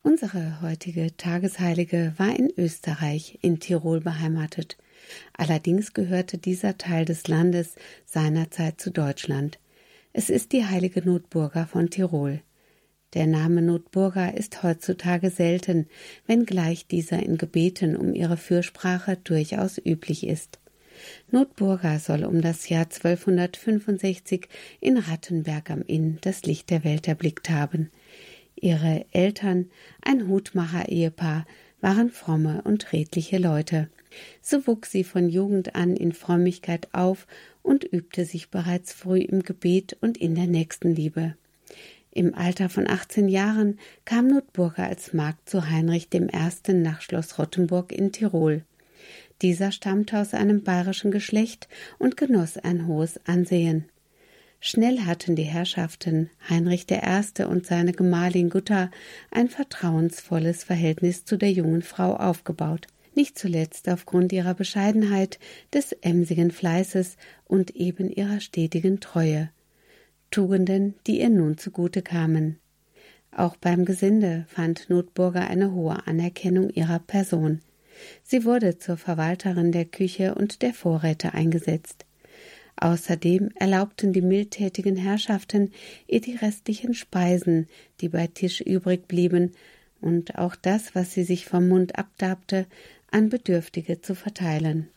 Unsere heutige Tagesheilige war in Österreich, in Tirol beheimatet. Allerdings gehörte dieser Teil des Landes seinerzeit zu Deutschland. Es ist die heilige Notburga von Tirol. Der Name Notburga ist heutzutage selten, wenngleich dieser in Gebeten um ihre Fürsprache durchaus üblich ist. Notburga soll um das Jahr 1265 in Rattenberg am Inn das Licht der Welt erblickt haben. Ihre Eltern, ein Hutmacher-Ehepaar, waren fromme und redliche Leute. So wuchs sie von Jugend an in Frömmigkeit auf und übte sich bereits früh im Gebet und in der Nächstenliebe. Im Alter von 18 Jahren kam Notburga als Magd zu Heinrich I. nach Schloss Rottenburg in Tirol. Dieser stammte aus einem bayerischen Geschlecht und genoss ein hohes Ansehen. Schnell hatten die Herrschaften Heinrich I. und seine Gemahlin Gutta ein vertrauensvolles Verhältnis zu der jungen Frau aufgebaut, nicht zuletzt aufgrund ihrer Bescheidenheit, des emsigen Fleißes und eben ihrer stetigen Treue. Tugenden, die ihr nun zugute kamen. Auch beim Gesinde fand Notburga eine hohe Anerkennung ihrer Person. Sie wurde zur Verwalterin der Küche und der Vorräte eingesetzt. Außerdem erlaubten die mildtätigen Herrschaften ihr die restlichen Speisen, die bei Tisch übrig blieben, und auch das, was sie sich vom Mund abdabte, an Bedürftige zu verteilen.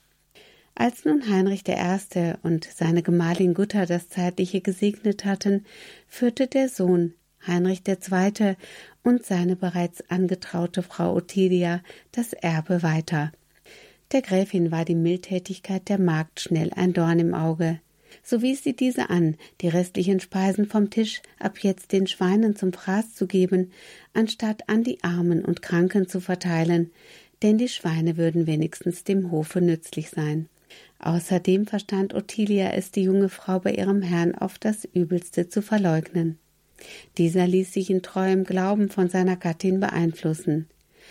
Als nun Heinrich I. und seine Gemahlin Gutta das Zeitliche gesegnet hatten, führte der Sohn Heinrich II. Und seine bereits angetraute Frau Ottilia das Erbe weiter. Der Gräfin war die Mildtätigkeit der Magd schnell ein Dorn im Auge. So wies sie diese an, die restlichen Speisen vom Tisch ab jetzt den Schweinen zum Fraß zu geben, anstatt an die Armen und Kranken zu verteilen, denn die Schweine würden wenigstens dem Hofe nützlich sein. Außerdem verstand Ottilia es, die junge Frau bei ihrem Herrn auf das Übelste zu verleugnen. Dieser ließ sich in treuem Glauben von seiner Gattin beeinflussen.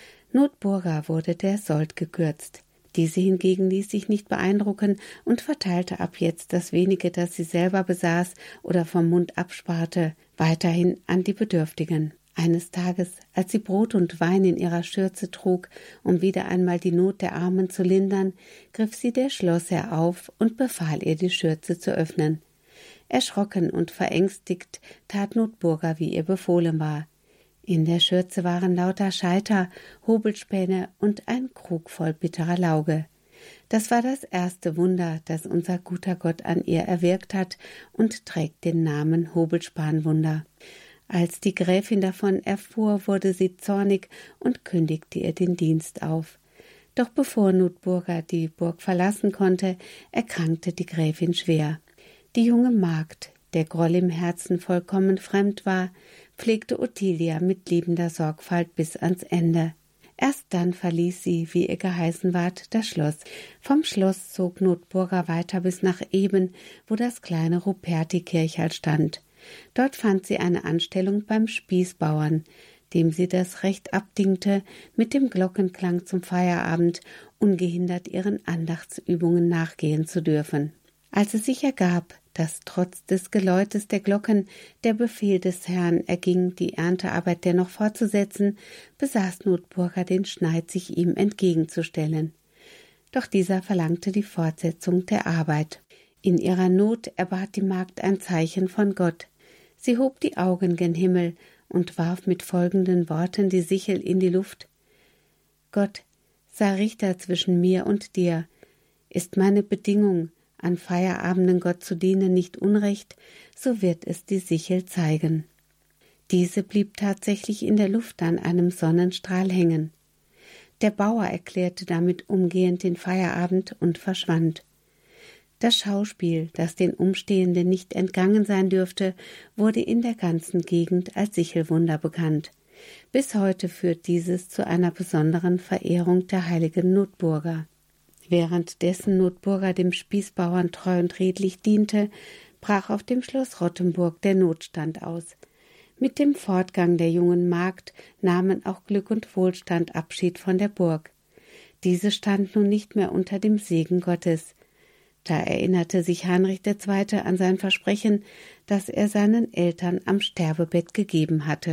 Notburga wurde der Sold gekürzt. Diese hingegen ließ sich nicht beeindrucken und verteilte ab jetzt das wenige, das sie selber besaß oder vom Mund absparte, weiterhin an die Bedürftigen. Eines Tages, als sie Brot und Wein in ihrer Schürze trug, um wieder einmal die Not der Armen zu lindern, griff sie der Schlossherr auf und befahl ihr, die Schürze zu öffnen. Erschrocken und verängstigt tat Notburga, wie ihr befohlen war. In der Schürze waren lauter Scheiter, Hobelspäne und ein Krug voll bitterer Lauge. Das war das erste Wunder, das unser guter Gott an ihr erwirkt hat und trägt den Namen Hobelspanwunder. Als die Gräfin davon erfuhr, wurde sie zornig und kündigte ihr den Dienst auf. Doch bevor Notburga die Burg verlassen konnte, erkrankte die Gräfin schwer. Die junge Magd, der Groll im Herzen vollkommen fremd war, pflegte Ottilia mit liebender Sorgfalt bis ans Ende. Erst dann verließ sie, wie ihr geheißen ward, das Schloss. Vom Schloss zog Notburga weiter bis nach Eben, wo das kleine Ruperti-Kirchal stand. Dort fand sie eine Anstellung beim Spießbauern, dem sie das Recht abdingte, mit dem Glockenklang zum Feierabend ungehindert ihren Andachtsübungen nachgehen zu dürfen. Als es sich ergab, dass trotz des Geläutes der Glocken der Befehl des Herrn erging, die Erntearbeit dennoch fortzusetzen, besaß Notburga den Schneid, sich ihm entgegenzustellen. Doch dieser verlangte die Fortsetzung der Arbeit. In ihrer Not erbat die Magd ein Zeichen von Gott. Sie hob die Augen gen Himmel und warf mit folgenden Worten die Sichel in die Luft. Gott, sei Richter zwischen mir und dir. Ist meine Bedingung, an Feierabenden Gott zu dienen, nicht unrecht, so wird es die Sichel zeigen. Diese blieb tatsächlich in der Luft an einem Sonnenstrahl hängen. Der Bauer erklärte damit umgehend den Feierabend und verschwand. Das Schauspiel, das den Umstehenden nicht entgangen sein dürfte, wurde in der ganzen Gegend als Sichelwunder bekannt. Bis heute führt dieses zu einer besonderen Verehrung der heiligen Notburga. Währenddessen Notburga dem Spießbauern treu und redlich diente, brach auf dem Schloss Rottenburg der Notstand aus. Mit dem Fortgang der jungen Magd nahmen auch Glück und Wohlstand Abschied von der Burg. Diese stand nun nicht mehr unter dem Segen Gottes. Da erinnerte sich Heinrich II. An sein Versprechen, das er seinen Eltern am Sterbebett gegeben hatte.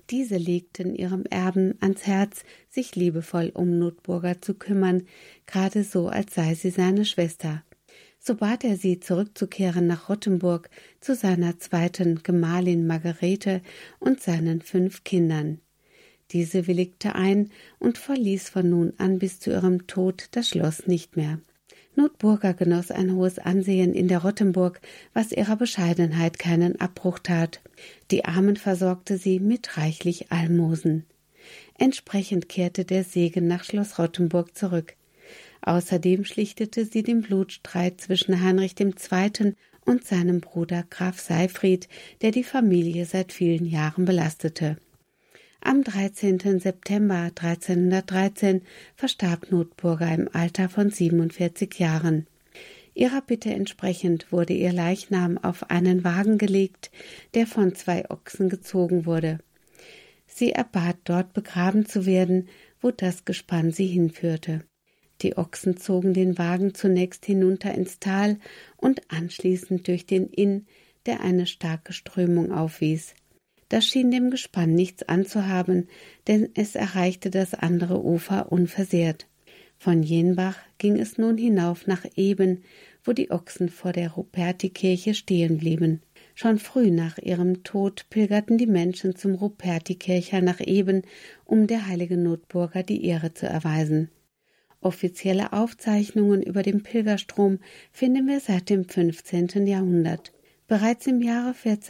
Diese legten ihrem Erben ans Herz, sich liebevoll um Notburger zu kümmern, gerade so, als sei sie seine Schwester. So bat er sie, zurückzukehren nach Rottenburg zu seiner zweiten Gemahlin Margarete und seinen 5 Kindern. Diese willigte ein und verließ von nun an bis zu ihrem Tod das Schloss nicht mehr. Notburger genoss ein hohes Ansehen in der Rottenburg, was ihrer Bescheidenheit keinen Abbruch tat. Die Armen versorgte sie mit reichlich Almosen. Entsprechend kehrte der Segen nach Schloss Rottenburg zurück. Außerdem schlichtete sie den Blutstreit zwischen Heinrich II. Und seinem Bruder Graf Seyfried, der die Familie seit vielen Jahren belastete. Am 13. September 1313 verstarb Notburger im Alter von 47 Jahren. Ihrer Bitte entsprechend wurde ihr Leichnam auf einen Wagen gelegt, der von 2 Ochsen gezogen wurde. Sie erbat, dort begraben zu werden, wo das Gespann sie hinführte. Die Ochsen zogen den Wagen zunächst hinunter ins Tal und anschließend durch den Inn, der eine starke Strömung aufwies. Das schien dem Gespann nichts anzuhaben, denn es erreichte das andere Ufer unversehrt. Von Jenbach ging es nun hinauf nach Eben, wo die Ochsen vor der Rupertikirche stehen blieben. Schon früh nach ihrem Tod pilgerten die Menschen zum Rupertikircher nach Eben, um der heiligen Notburger die Ehre zu erweisen. Offizielle Aufzeichnungen über den Pilgerstrom finden wir seit dem 15. Jahrhundert. Bereits im Jahre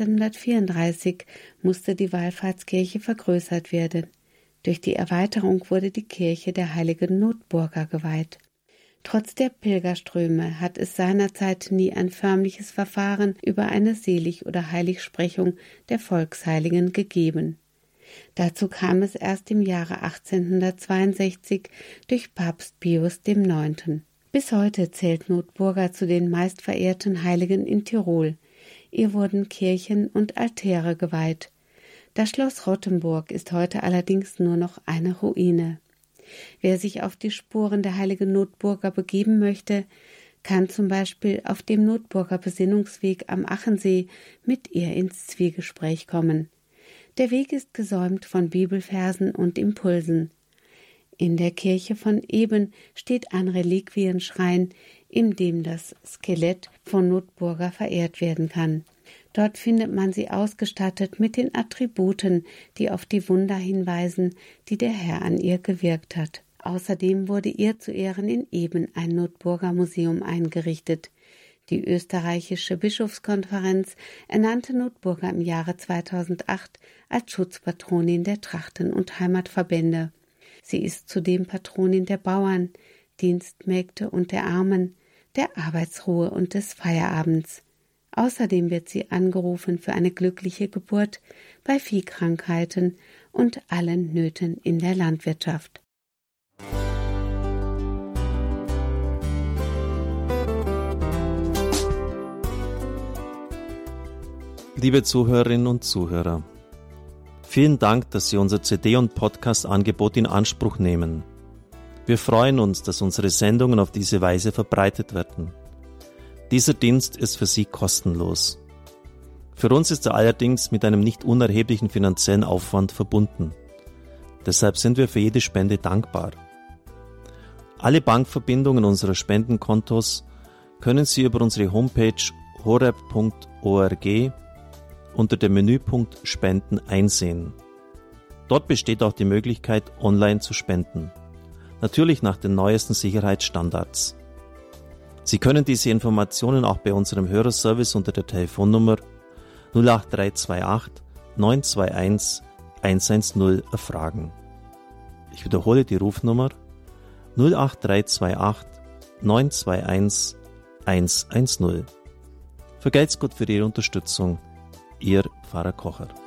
1434 musste die Wallfahrtskirche vergrößert werden. Durch die Erweiterung wurde die Kirche der heiligen Notburger geweiht. Trotz der Pilgerströme hat es seinerzeit nie ein förmliches Verfahren über eine Selig- oder Heiligsprechung der Volksheiligen gegeben. Dazu kam es erst im Jahre 1862 durch Papst Pius IX. Bis heute zählt Notburger zu den meistverehrten Heiligen in Tirol. Ihr wurden Kirchen und Altäre geweiht. Das Schloss Rottenburg ist heute allerdings nur noch eine Ruine. Wer sich auf die Spuren der heiligen Notburger begeben möchte, kann zum Beispiel auf dem Notburger Besinnungsweg am Achensee mit ihr ins Zwiegespräch kommen. Der Weg ist gesäumt von Bibelversen und Impulsen. In der Kirche von Eben steht ein Reliquienschrein, in dem das Skelett von Notburger verehrt werden kann. Dort findet man sie ausgestattet mit den Attributen, die auf die Wunder hinweisen, die der Herr an ihr gewirkt hat. Außerdem wurde ihr zu Ehren in Eben ein Notburger Museum eingerichtet. Die österreichische Bischofskonferenz ernannte Notburger im Jahre 2008 als Schutzpatronin der Trachten- und Heimatverbände. Sie ist zudem Patronin der Bauern, Dienstmägde und der Armen, der Arbeitsruhe und des Feierabends. Außerdem wird sie angerufen für eine glückliche Geburt, bei Viehkrankheiten und allen Nöten in der Landwirtschaft. Liebe Zuhörerinnen und Zuhörer, vielen Dank, dass Sie unser CD- und Podcast-Angebot in Anspruch nehmen. Wir freuen uns, dass unsere Sendungen auf diese Weise verbreitet werden. Dieser Dienst ist für Sie kostenlos. Für uns ist er allerdings mit einem nicht unerheblichen finanziellen Aufwand verbunden. Deshalb sind wir für jede Spende dankbar. Alle Bankverbindungen unserer Spendenkontos können Sie über unsere Homepage horeb.org unter dem Menüpunkt Spenden einsehen. Dort besteht auch die Möglichkeit, online zu spenden. Natürlich nach den neuesten Sicherheitsstandards. Sie können diese Informationen auch bei unserem Hörerservice unter der Telefonnummer 08328 921 110 erfragen. Ich wiederhole die Rufnummer 08328 921 110. Vergelt's Gott für Ihre Unterstützung. Ihr Pfarrer Kocher.